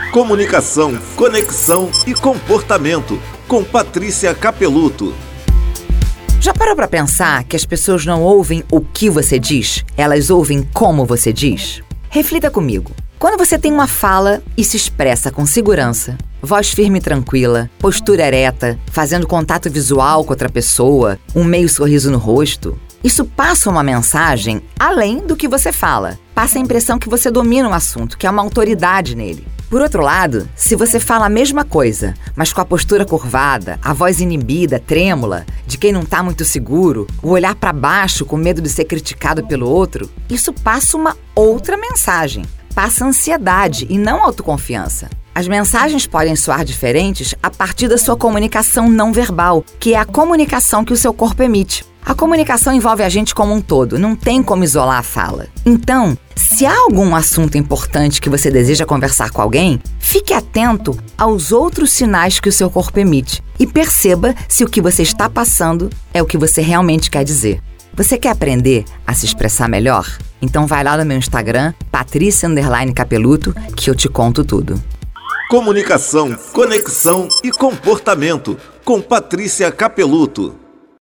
Comunicação, conexão e comportamento, com Patrícia Capeluto. Já parou para pensar que as pessoas não ouvem o que você diz? Elas ouvem como você diz? Reflita comigo. Quando você tem uma fala e se expressa com segurança, voz firme e tranquila, postura ereta, fazendo contato visual com outra pessoa, um meio sorriso no rosto, isso passa uma mensagem além do que você fala. Passa a impressão que você domina um assunto, que é uma autoridade nele. Por outro lado, se você fala a mesma coisa, mas com a postura curvada, a voz inibida, trêmula, de quem não está muito seguro, o olhar para baixo com medo de ser criticado pelo outro, isso passa uma outra mensagem. Passa ansiedade e não autoconfiança. As mensagens podem soar diferentes a partir da sua comunicação não verbal, que é a comunicação que o seu corpo emite. A comunicação envolve a gente como um todo, não tem como isolar a fala. Então, se há algum assunto importante que você deseja conversar com alguém, fique atento aos outros sinais que o seu corpo emite e perceba se o que você está passando é o que você realmente quer dizer. Você quer aprender a se expressar melhor? Então vai lá no meu Instagram, Patrícia_Capeluto, que eu te conto tudo. Comunicação, conexão e comportamento, com Patrícia Capeluto.